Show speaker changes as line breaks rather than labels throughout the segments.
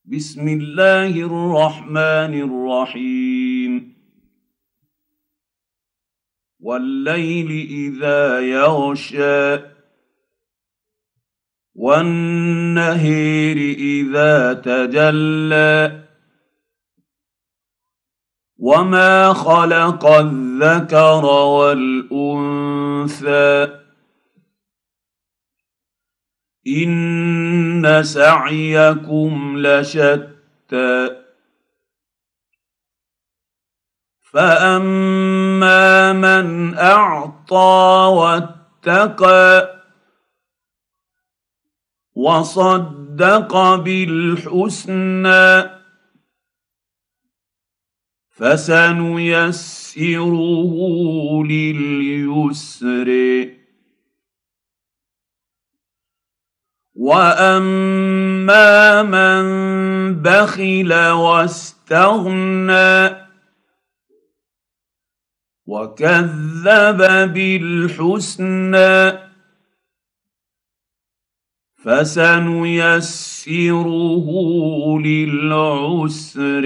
بسم الله الرحمن الرحيم والليل إذا يغشى والنهر إذا تجلى وما خلق الذكر والأنثى إن سعيكم لشتى فأما من أعطى واتقى وصدق بالحسنى فسنيسره لليسر واما من بخل واستغنى وكذب بالحسنى فسنيسره للعسر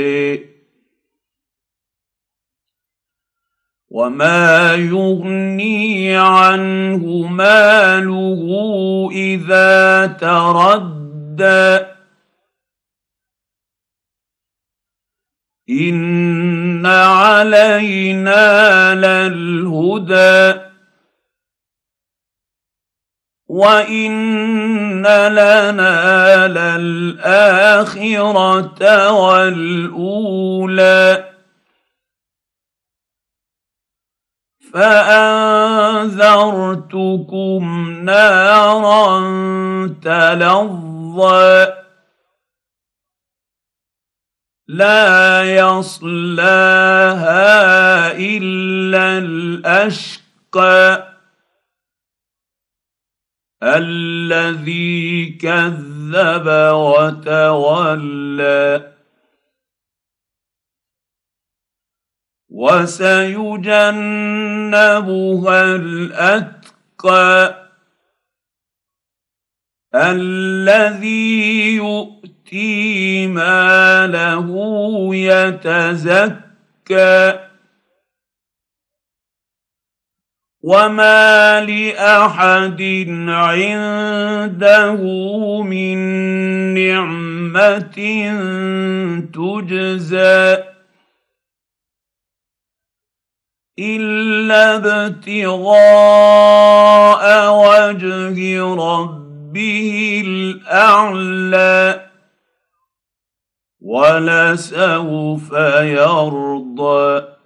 وما يغني عنه ماله إذا تردى إن علينا للهدى وإن لنا للآخرة والأولى فأنذرتكم نارا تلظى لا يصلاها إلا الأشقى الذي كذب وتولى وسيجنبها الأتقى الذي يؤتي ماله يتزكى وما لأحد عنده من نعمة تجزى إلا ابتغاء وجه ربه الأعلى ولسوف يرضى